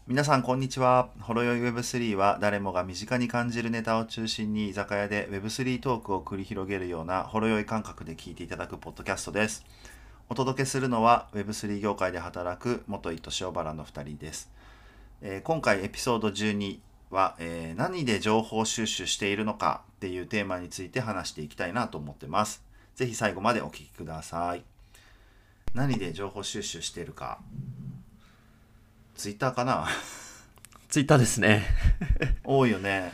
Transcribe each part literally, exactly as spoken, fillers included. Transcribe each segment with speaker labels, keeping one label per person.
Speaker 1: 皆さんこんにちは。ほろよい ウェブスリー は誰もが身近に感じるネタを中心に居酒屋で ウェブスリー トークを繰り広げるようなほろ酔い感覚で聞いていただくポッドキャストです。お届けするのは ウェブスリー 業界で働く元糸塩原のふたりです。えー今回エピソードじゅうには、えー何で情報収集しているのかっていうテーマについて話していきたいなと思ってます。ぜひ最後までお聞きください。何で情報収集しているか。ツイッターかな。
Speaker 2: ツイッターですね。
Speaker 1: 多いよね。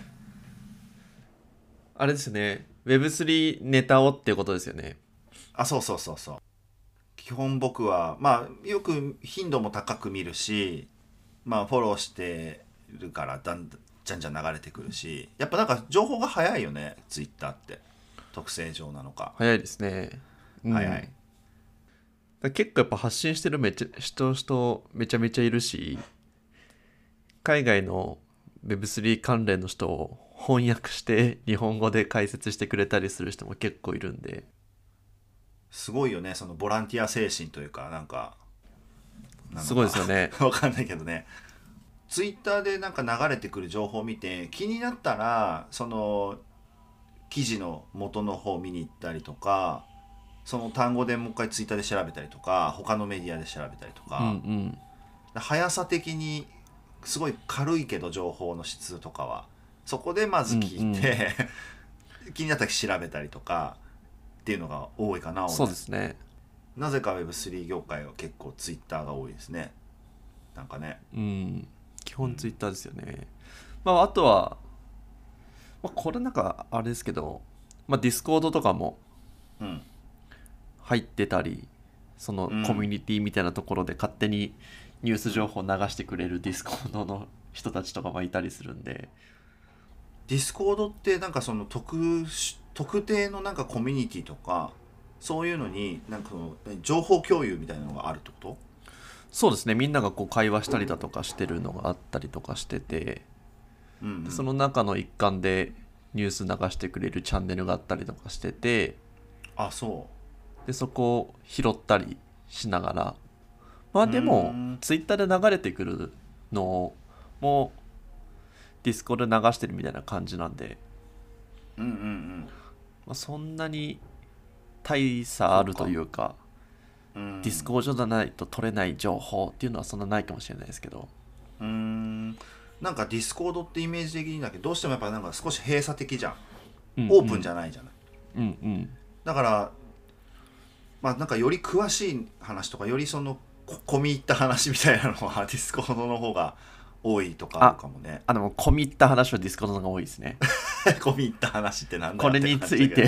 Speaker 2: あれですね。ウェブスリー ネタをっていうことですよね。
Speaker 1: あ、そうそうそうそう。基本僕はまあよく頻度も高く見るし、まあフォローしてるからだんだんじゃんじゃん流れてくるし、やっぱなんか情報が早いよね、ツイッターって。特性上なのか。
Speaker 2: 早いですね。うん。だか
Speaker 1: 早い。
Speaker 2: ら結構やっぱ発信してるめちゃ人人めちゃめちゃいるし、海外の ウェブスリー 関連の人を翻訳して日本語で解説してくれたりする人も結構いるんで、
Speaker 1: すごいよね、そのボランティア精神というか、なんかな
Speaker 2: すごい
Speaker 1: のか
Speaker 2: ですよね。
Speaker 1: わかんないけどね。ツイッターでなんか流れてくる情報を見て気になったら、その記事の元の方を見に行ったりとか、その単語でもう一回ツイッターで調べたりとか、他のメディアで調べたりと
Speaker 2: うんう
Speaker 1: か、
Speaker 2: ん。
Speaker 1: 速さ的にすごい軽いけど情報の質とかはそこでまず
Speaker 2: うんう
Speaker 1: 聞い
Speaker 2: ん。
Speaker 1: て気になったら調べたりとかっていうのが多いかな
Speaker 2: そう
Speaker 1: 俺。
Speaker 2: ですね。
Speaker 1: なぜか ウェブスリー 業界は結構ツイッターが多いですね。なんかね。
Speaker 2: うん。基
Speaker 1: うん。
Speaker 2: 本ツイッターですよね。まああとは、まあ、これなんかあれですけど、まあディスコードとかも
Speaker 1: うん
Speaker 2: 入ってたり、そのコミュ
Speaker 1: うん。
Speaker 2: ニティみたいなところで勝手にニュース情報を流してくれるディスコードの人たちとかもいたりするんで。
Speaker 1: ディスコードってなんかその特殊特定のなんかコミュニティとかそういうのになんかその情報共有みたいなのがあるってこと？
Speaker 2: そうですね、みんながこう会話したりだとかしてるのがあったりとかしてて、
Speaker 1: うんう
Speaker 2: でそ
Speaker 1: ん。
Speaker 2: の中の一環でニュース流してくれるチャンネルがあったりとかしてて、
Speaker 1: あ、そ
Speaker 2: でそこを拾ったりしながら、まあ
Speaker 1: う。うー
Speaker 2: でも
Speaker 1: ん
Speaker 2: ツイッターで流れてくるのもディスコで流してるみたいな感じなんで、
Speaker 1: うんうんうん。
Speaker 2: まあ、そんなに大差あると
Speaker 1: そうか。
Speaker 2: いうか、
Speaker 1: うん。
Speaker 2: ディスコードじゃないと取れない情報っていうのはそんなないかもしれないですけど。
Speaker 1: うーん。なんかディスコードってイメージ的にだけど、どうしてもやっぱなんか少し閉鎖的じゃん。
Speaker 2: うん
Speaker 1: オープンじゃないじゃない。
Speaker 2: うんうんうん
Speaker 1: だから、まあなんかより詳しい話とか、よりそのこ込み入った話みたいなのはディスコードの方が多いとかある
Speaker 2: あ
Speaker 1: かもね。
Speaker 2: あでも込み入った話はディスコードの方が多いですね。
Speaker 1: 込み入った話ってなんだ
Speaker 2: これ
Speaker 1: よって
Speaker 2: について
Speaker 1: 感じだけど。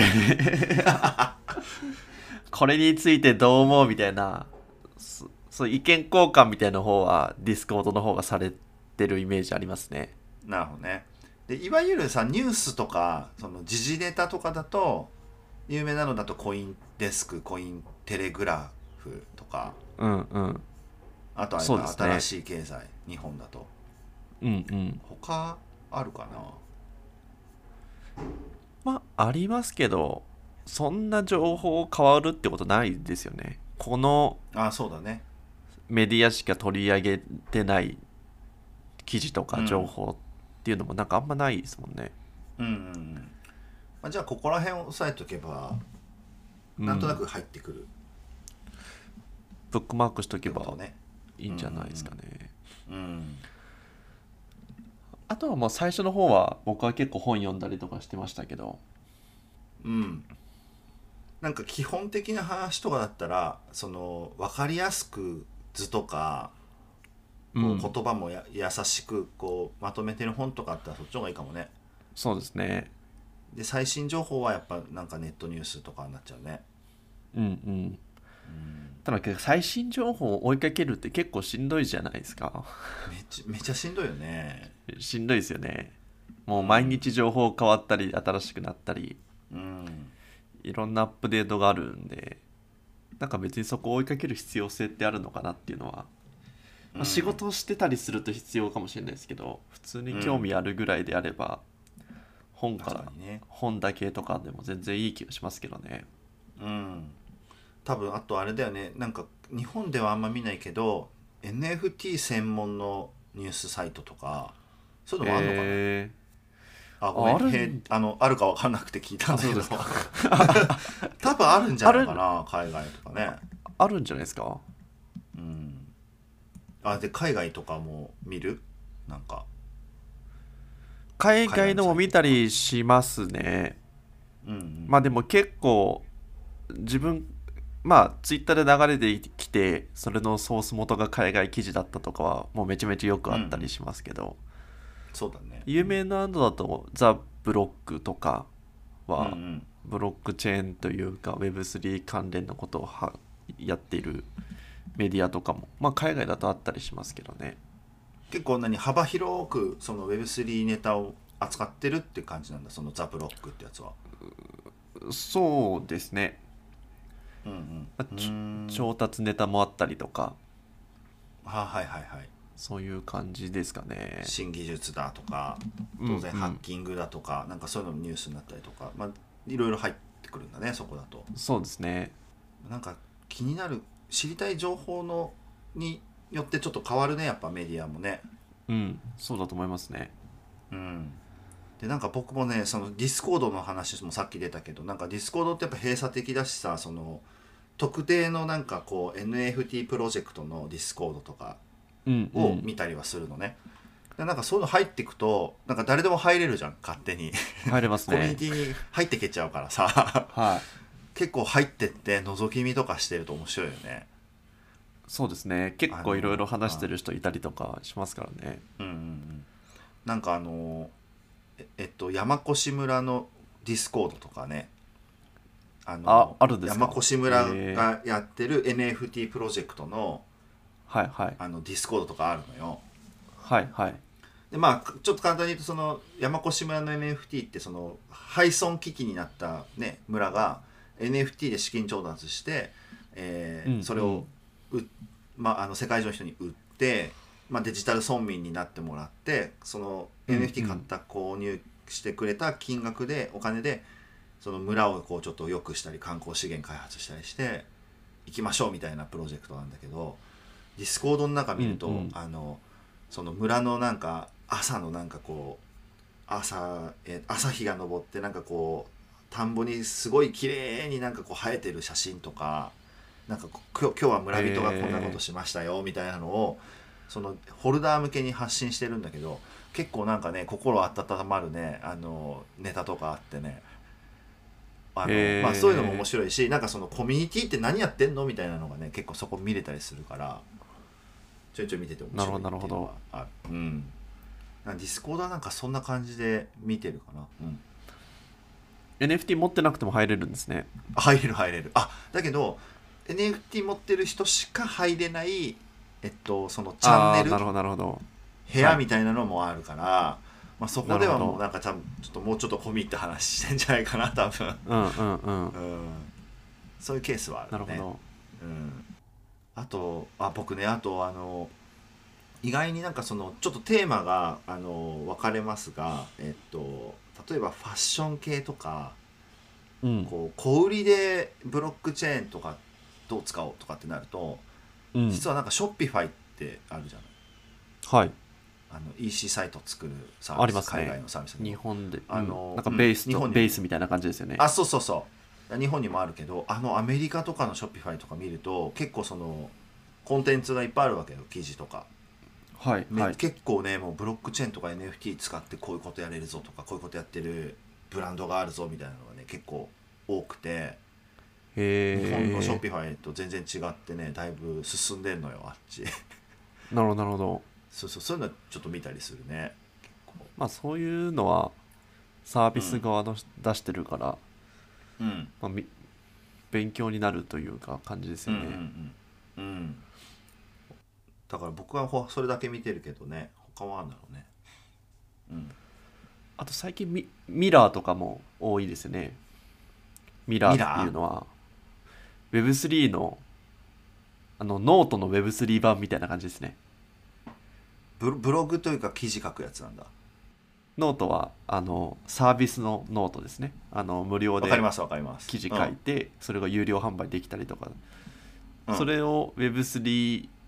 Speaker 2: これについてどう思うみたいな、そそう意見交換みたいな方はディスコードの方がされてるイメージありますね。
Speaker 1: なるほどね。で、いわゆるさ、ニュースとか、その時事ネタとかだと、有名なのだとコインデスク、コインテレグラフとか、
Speaker 2: うんうん。
Speaker 1: あとはやっ
Speaker 2: そうで
Speaker 1: ぱ新
Speaker 2: すね。
Speaker 1: しい経済、日本だと。
Speaker 2: うんうん。
Speaker 1: 他あるか
Speaker 2: まあありますけど、そんな情報変わるってことないですよね。この
Speaker 1: な。あ、そうだね。
Speaker 2: メディアしか取り上げてない記事とか情
Speaker 1: うん。
Speaker 2: 報っていうのもなんかあんまないですもんね。
Speaker 1: うんうんうん。まあ、じゃあ、ここら辺を押さえとけば、なんとな
Speaker 2: うん。
Speaker 1: く入ってくるっ
Speaker 2: ブックマークしとけ
Speaker 1: てこと
Speaker 2: ば
Speaker 1: ね。
Speaker 2: いい
Speaker 1: うん
Speaker 2: んじゃないですかね。
Speaker 1: うんうん。うん。
Speaker 2: あとはもう最初の方は僕は結構本読んだりとかしてましたけど。
Speaker 1: うん。なんか基本的な話とかだったら、その、わかりやすく図とか、こう
Speaker 2: うん。
Speaker 1: 言葉もや優しくこうまとめてる本とかあったらそっちの方がいいかもね。
Speaker 2: そうですね。
Speaker 1: で、最新情報はやっぱなんかネットニュースとかになっちゃうね。
Speaker 2: うんうん。
Speaker 1: うん。
Speaker 2: ただ最新情報を追いかけるって結構しんどいじゃないですか。
Speaker 1: めちめちゃしんどいよね。
Speaker 2: しんどいですよね。もう毎
Speaker 1: うん。
Speaker 2: 日情報変わったり新しくなったり、
Speaker 1: うん。
Speaker 2: いろんなアップデートがあるんで、なんか別にそこを追いかける必要性ってあるのかなっていうのは、まあ、仕
Speaker 1: うん。
Speaker 2: 事をしてたりすると必要かもしれないですけど、普通に興
Speaker 1: うん。
Speaker 2: 味あるぐらいであれば本か
Speaker 1: 確か
Speaker 2: ら
Speaker 1: にね。
Speaker 2: 本だけとかでも全然いい気がしますけどね。
Speaker 1: うん。多分あとあれだよね。なんか日本ではあんま見ないけど エヌエフティー 専門のニュースサイトとかそういうのもあるのかな、
Speaker 2: え
Speaker 1: あごめん
Speaker 2: あるん
Speaker 1: へあのあるか分かんなくて聞いたんだけど
Speaker 2: あそうですか
Speaker 1: 多分あるんじゃないかな海外とかね。
Speaker 2: あるんじゃないですか。
Speaker 1: うんあで海外とかも見るなんか
Speaker 2: 海外のも見たりしますね。
Speaker 1: うんうん
Speaker 2: まあでも結構自分まあツイッターで流れてきてそれのソース元が海外記事だったとかはもうめちゃめちゃよくあったりしますけど、
Speaker 1: そうだね
Speaker 2: 有名なのだとザ・ブロックとかは、
Speaker 1: うんうん
Speaker 2: ブロックチェーンというか ウェブスリー 関連のことをはやっているメディアとかも、まあ、海外だとあったりしますけどね。
Speaker 1: 結構何幅広くその ウェブスリー ネタを扱ってるって感じなんだそのザ・ブロックってやつは。
Speaker 2: そうですね。
Speaker 1: うんうん
Speaker 2: まあち
Speaker 1: うーん
Speaker 2: 調達ネタもあったりとか
Speaker 1: ははいはいはい
Speaker 2: そういう感じですかね。
Speaker 1: 新技術だとか
Speaker 2: うん
Speaker 1: 当然ハッキングだとか、なんかそういうのもニュースになったりとか、まあ、いろいろ入ってくるんだねそこだと。
Speaker 2: そうですね。
Speaker 1: なんか気になる知りたい情報のによってちょっと変わるねやっぱメディアもね。
Speaker 2: うんそうだと思いますね。
Speaker 1: うんでなんか僕もねそのディスコードの話もさっき出たけどなんかディスコードってやっぱ閉鎖的だしさその特定のなんかこう エヌエフティー プロジェクトのディスコードとか
Speaker 2: うんう
Speaker 1: を
Speaker 2: ん
Speaker 1: 見たりはするのね、でなんかそういうの入っていくとなんか誰でも入れるじゃん勝手に
Speaker 2: 入れます
Speaker 1: コミュニ
Speaker 2: ね。
Speaker 1: ティに入ってけちゃうからさ
Speaker 2: はい
Speaker 1: 結構入ってって覗き見とかしてると面白いよね。
Speaker 2: そうですね。結構いろいろ話してる人いたりとかしますからね。
Speaker 1: うんうんうんなんかあのええっと山越村のディスコードとかねあの
Speaker 2: ああるんですか。
Speaker 1: 山越村
Speaker 2: へー
Speaker 1: がやってる エヌエフティー プロジェクトの
Speaker 2: はいはい
Speaker 1: あのディスコードとかあるのよ。
Speaker 2: はいはい
Speaker 1: でまあちょっと簡単に言うとその山越村の エヌエフティー ってその廃村危機になったね村が エヌエフティー で資金調達して、えー
Speaker 2: うん
Speaker 1: それをう、まあ、あの世界中の人に売って、まあ、デジタル村民になってもらってその エヌエフティー 買った購入してくれた金額でお金でその村をこうちょっと良くしたり観光資源開発したりしていきましょうみたいなプロジェクトなんだけどディスコードの中見ると、
Speaker 2: うんうん
Speaker 1: あのその村のなんか朝のなんかこう朝え朝日が昇ってなんかこう田んぼにすごい綺麗になんかこう生えてる写真とかなんかこう今日今日は村人がこんなことしましたよみたいなのをそのホルダー向けに発信してるんだけど結構なんかね心温まるねあのネタとかあってねあの、
Speaker 2: へー
Speaker 1: まあ、そういうのも面白いしなんかそのコミュニティって何やってんのみたいなのがね結構そこ見れたりするからちょいちょい見てて面白いっていうのはある。うんディスコードはなんかそんな感じで見てるかな、うん、
Speaker 2: エヌエフティー 持ってなくても入れるんですね。
Speaker 1: 入れる入れるあだけど エヌエフティー 持ってる人しか入れないえっとそのチャンネル
Speaker 2: あーなるほどなるほど。
Speaker 1: 部屋みたいなのもあるから、まあ、そこでは
Speaker 2: なるほど
Speaker 1: もうなんかちゃんちょっともうちょっと込み入った話してんじゃないかな多分、
Speaker 2: うんうんうん
Speaker 1: うん、そういうケースはあるね。
Speaker 2: なるほど。
Speaker 1: うん、あとあ僕ねあとあの意外になんかそのちょっとテーマがあの分かれますが、えっと、例えばファッション系とか
Speaker 2: うん
Speaker 1: こう小売りでブロックチェーンとかどう使おうとかってなると、
Speaker 2: うん
Speaker 1: 実はなんかショッピファイってあるじゃない
Speaker 2: はい
Speaker 1: あの イーシー サイト作るサービス
Speaker 2: ありますね
Speaker 1: 海外のサービス
Speaker 2: 日本で、
Speaker 1: あの
Speaker 2: うんなんかベースと、
Speaker 1: うん日本に
Speaker 2: ベースみたいな感じですよね。
Speaker 1: あそうそうそう日本にもあるけどあのアメリカとかのショッピファイとか見ると結構そのコンテンツがいっぱいあるわけよ記事とか。め
Speaker 2: はいはい。
Speaker 1: 結構ねもうブロックチェーンとか エヌエフティー 使ってこういうことやれるぞとかこういうことやってるブランドがあるぞみたいなのがね結構多くて
Speaker 2: へ
Speaker 1: 日本のショッ
Speaker 2: え。
Speaker 1: ピファイと全然違ってねだいぶ進んでんのよあっち
Speaker 2: なるほどなるほど。
Speaker 1: そうそうそういうのちょっと見たりするね結構
Speaker 2: まあそういうのはサービス側の出してるから、
Speaker 1: うん
Speaker 2: まあ、み勉強になるというか感じですよね。
Speaker 1: うんうんうんうんだから僕はほそれだけ見てるけどね他はあるんだろうねうん
Speaker 2: あと最近ミミラーとかも多いですね。ミラーっていうのは ウェブスリー のあのノートの ウェブスリー 版みたいな感じですね。
Speaker 1: ブロブログというか記事書くやつなんだ。
Speaker 2: ノートはあのサービスのノートですね。あの無料で
Speaker 1: わかりますわかります
Speaker 2: 記事書いて、それが有料販売できたりとか、
Speaker 1: うん
Speaker 2: それを ウェブスリー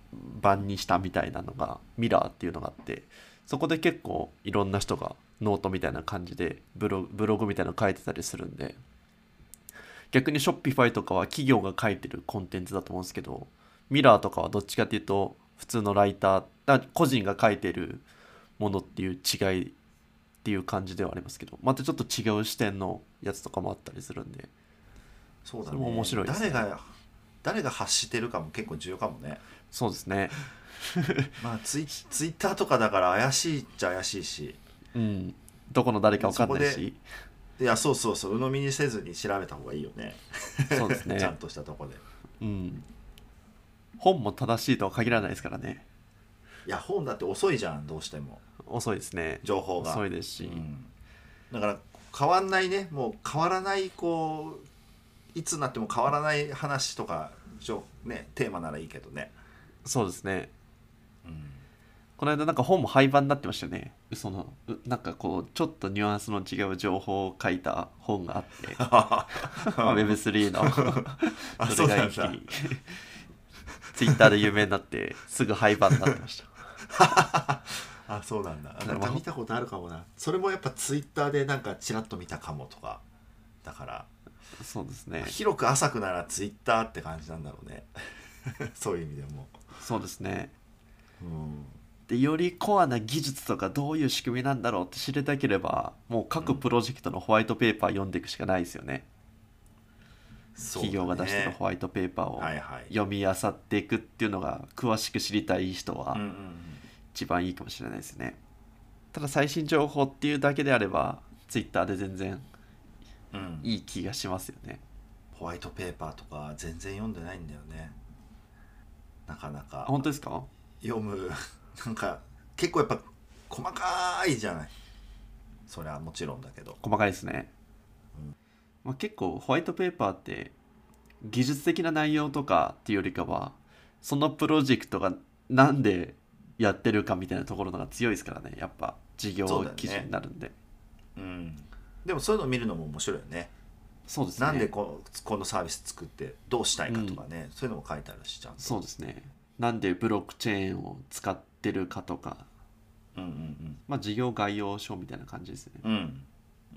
Speaker 2: 版にしたみたいなのがミラーっていうのがあって、そこで結構いろんな人がノートみたいな感じでブログ、ブログみたいなの書いてたりするんで、逆に Shopify とかは企業が書いてるコンテンツだと思うんですけど、ミラーとかはどっちかっていうと普通のライターだ個人が書いてるものっていう違いっていう感じではありますけど、またちょっと違う視点のやつとかもあったりするんで、
Speaker 1: そうだね、
Speaker 2: それも面白いですね。
Speaker 1: 誰が誰が発してるかも結構重要かもね。
Speaker 2: そうですね。
Speaker 1: まあツイツイッターとかだから怪しいっちゃ怪しいし、
Speaker 2: うん、どこの誰か分かんない
Speaker 1: そこ
Speaker 2: し。
Speaker 1: いやそうそうそう、鵜呑みにせずに調べた方がいいよね。
Speaker 2: そうですね。
Speaker 1: ちゃんとしたとこで。
Speaker 2: うん。本も正しいとは限らないですからね。
Speaker 1: いや本だって遅いじゃん、どうしても
Speaker 2: 遅いですね。
Speaker 1: 情報が
Speaker 2: 遅いですし、
Speaker 1: うん、だから変わんないね、もう変わらない、こういつになっても変わらない話とか、ね、テーマならいいけどね。
Speaker 2: そうですね。
Speaker 1: うん、
Speaker 2: この間なんか本も廃盤になってましたよね。嘘のうなんかこうちょっとニュアンスの違う情報を書いた本があって、ウェブスリー の
Speaker 1: あ
Speaker 2: それが一気にツイッターで有名になってすぐ廃盤になってました。
Speaker 1: あ、そうなんだ。なんか見たことあるかもな。それもやっぱツイッターでなんかチラッと見たかもとか。だから
Speaker 2: そうですね。
Speaker 1: 広く浅くならツイッターって感じなんだろうね。そういう意味でも。
Speaker 2: そうですね。
Speaker 1: うん、
Speaker 2: でよりコアな技術とかどういう仕組みなんだろうって知りたければ、もう各プロジェクトのホワイトペーパー読んでいくしかないですよね。
Speaker 1: そうだね、
Speaker 2: 企業が出してるホワイトペーパーを
Speaker 1: はいはい、
Speaker 2: 読み漁っていくっていうのが詳しく知りたい人は
Speaker 1: うんうんうん、
Speaker 2: 一番いいかもしれないですね。ただ最新情報っていうだけであればツイッターで全然
Speaker 1: うん、
Speaker 2: いい気がしますよね。
Speaker 1: ホワイトペーパーとか全然読んでないんだよね。なかな
Speaker 2: あ、
Speaker 1: か
Speaker 2: 本当ですか？
Speaker 1: 読むなんか結構やっぱ細かいじゃない。それはもちろんだけど、
Speaker 2: 細かいですね。
Speaker 1: うん
Speaker 2: まあ、結構ホワイトペーパーって技術的な内容とかっていうよりかは、そのプロジェクトがなんでやってるかみたいなところのが強いですからね。やっぱ事業基準になるんで。
Speaker 1: う、ね、うん、でもそういうのを見るのも面白いよね。
Speaker 2: そうですね。
Speaker 1: なんでここのサービス作ってどうしたいかとかね、うん、そういうのも書いてあるし、ちゃんと。
Speaker 2: そうですね。なんでブロックチェーンを使ってるかとか、
Speaker 1: うんうんうん、
Speaker 2: まあ事業概要書みたいな感じですね。
Speaker 1: うんうん、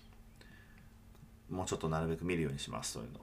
Speaker 1: もうちょっとなるべく見るようにします、そういうの。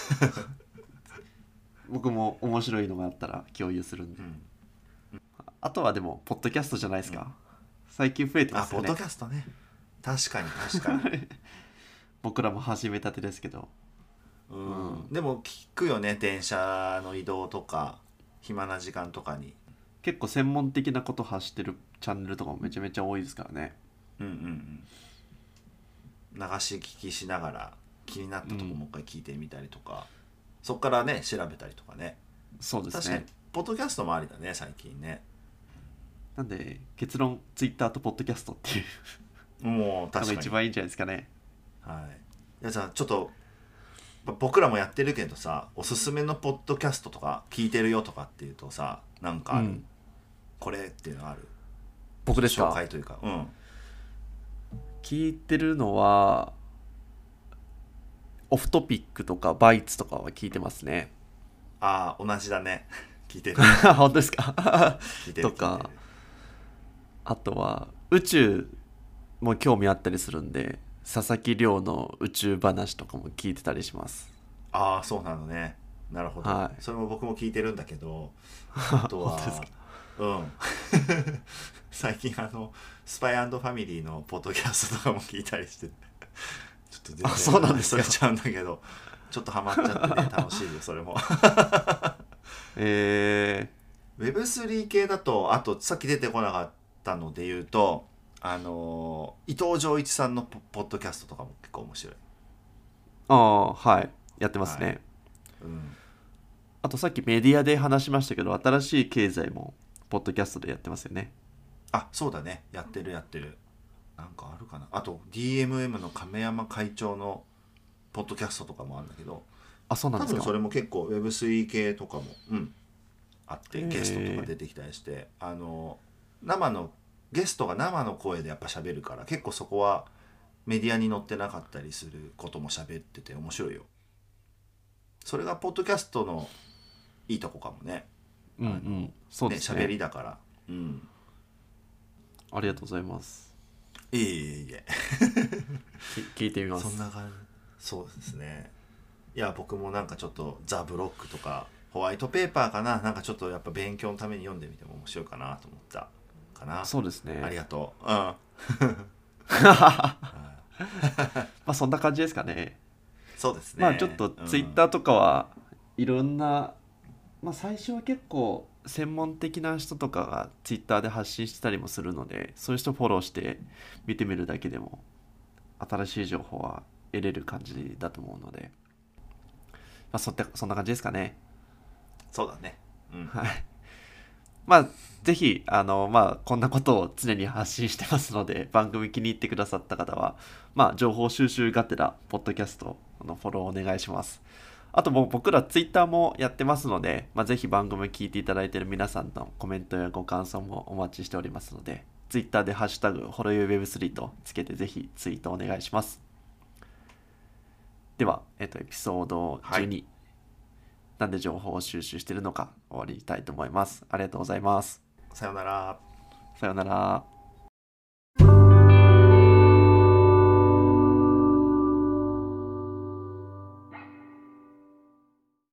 Speaker 2: 僕も面白いのがあったら共有するんで、うん、あとはでもポッドキャストじゃないですか、うん、最近増えてますよね。
Speaker 1: あ、ポッドキャストね、確かに確かに。
Speaker 2: 僕らも始めたてですけど、
Speaker 1: うん、うん、でも聞くよね、電車の移動とか暇な時間とかに。
Speaker 2: 結構専門的なこと発してるチャンネルとかもめちゃめちゃ多いですからね。
Speaker 1: うんうんうん、流し聞きしながら気になったとこもう一回聞いてみたりとか、うん、そっからね調べたりとかね。
Speaker 2: そうですね。
Speaker 1: 確かにポッドキャストもありだね最近ね。
Speaker 2: なんで結論ツイッターとポッドキャストっていう
Speaker 1: もう確かに
Speaker 2: のが一番いいんじゃないですかね。
Speaker 1: はい。いやじゃあちょっと僕らもやってるけどさ、おすすめのポッドキャストとか聞いてるよとかっていうとさ、なんかある、うん、これっていうのある？
Speaker 2: 僕ですか？
Speaker 1: 紹介というか、うん、
Speaker 2: 聞いてるのはオフトピックとかバイツとかは聞いてますね。
Speaker 1: ああ、同じだね。聞いてる。
Speaker 2: 本当ですか？
Speaker 1: 聞いてる
Speaker 2: とか、あとは宇宙も興味あったりするんで、佐々木亮の宇宙話とかも聞いてたりします。
Speaker 1: ああ、そうなのね。なるほど、はい、それも僕も聞いてるんだけど、あとはうん最近あのスパイ&ファミリーのポッドキャストとかも聞いたりしてちょっと全然
Speaker 2: そうなんですか。
Speaker 1: それちゃうんだけどちょっとハマっちゃってね楽しいよそれも。
Speaker 2: え
Speaker 1: ー、ウェブスリー 系だと、あとさっき出てこなかったので言うと、あの伊藤浄一さんのポッドキャストとかも結構面白い。
Speaker 2: ああ、はいやってますね、はい、
Speaker 1: うん、
Speaker 2: あとさっきメディアで話しましたけど、新しい経済もポッドキャストでやってますよね。
Speaker 1: あ、そうだね、やってるやってる。なんかあるかな。あと ディーエムエム の亀山会長のポッドキャストとかもあるんだけど、
Speaker 2: あ、そうなんですか。
Speaker 1: 多分それも結構 ウェブスリー 系とかも、うん、あってゲストとか出てきたりして、あの生のゲストが生の声でやっぱ喋るから、結構そこはメディアに載ってなかったりすることも喋ってて面白いよ。それがポッドキャストのいいとこかもね。
Speaker 2: うんうん、そうですね。
Speaker 1: 喋りだから。うん。
Speaker 2: ありがとうございます。
Speaker 1: いえいえいえ。
Speaker 2: 聞いてみます。
Speaker 1: そんな感じ。そうですね。いや僕もなんかちょっとザ・ブロックとかホワイトペーパーかな、なんかちょっとやっぱ勉強のために読んでみても面白いかなと思ったかな。
Speaker 2: そうですね。
Speaker 1: ありがとう。うん。
Speaker 2: まあそんな感じですかね。
Speaker 1: そうですね。
Speaker 2: まあちょっとツイッターとかはいろんな、まあ最初は結構専門的な人とかがツイッターで発信してたりもするので、そういう人フォローして見てみるだけでも新しい情報は得れる感じだと思うので、まあそってそんな感じですかね。
Speaker 1: そうだね。うん。
Speaker 2: はい。まあぜひあのまあこんなことを常に発信してますので、番組気に入ってくださった方はまあ情報収集がてらポッドキャストのフォローお願いします。あともう僕らツイッターもやってますので、まあ、ぜひ番組聞いていただいている皆さんのコメントやご感想もお待ちしておりますので、ツイッターでハッシュタグほろよい ウェブスリー とつけてぜひツイートお願いします。では、えっと、エピソードじゅうに、はい、なんで情報を収集しているのか終わりたいと思います。ありがとうございます。
Speaker 1: さよなら。
Speaker 2: さよなら。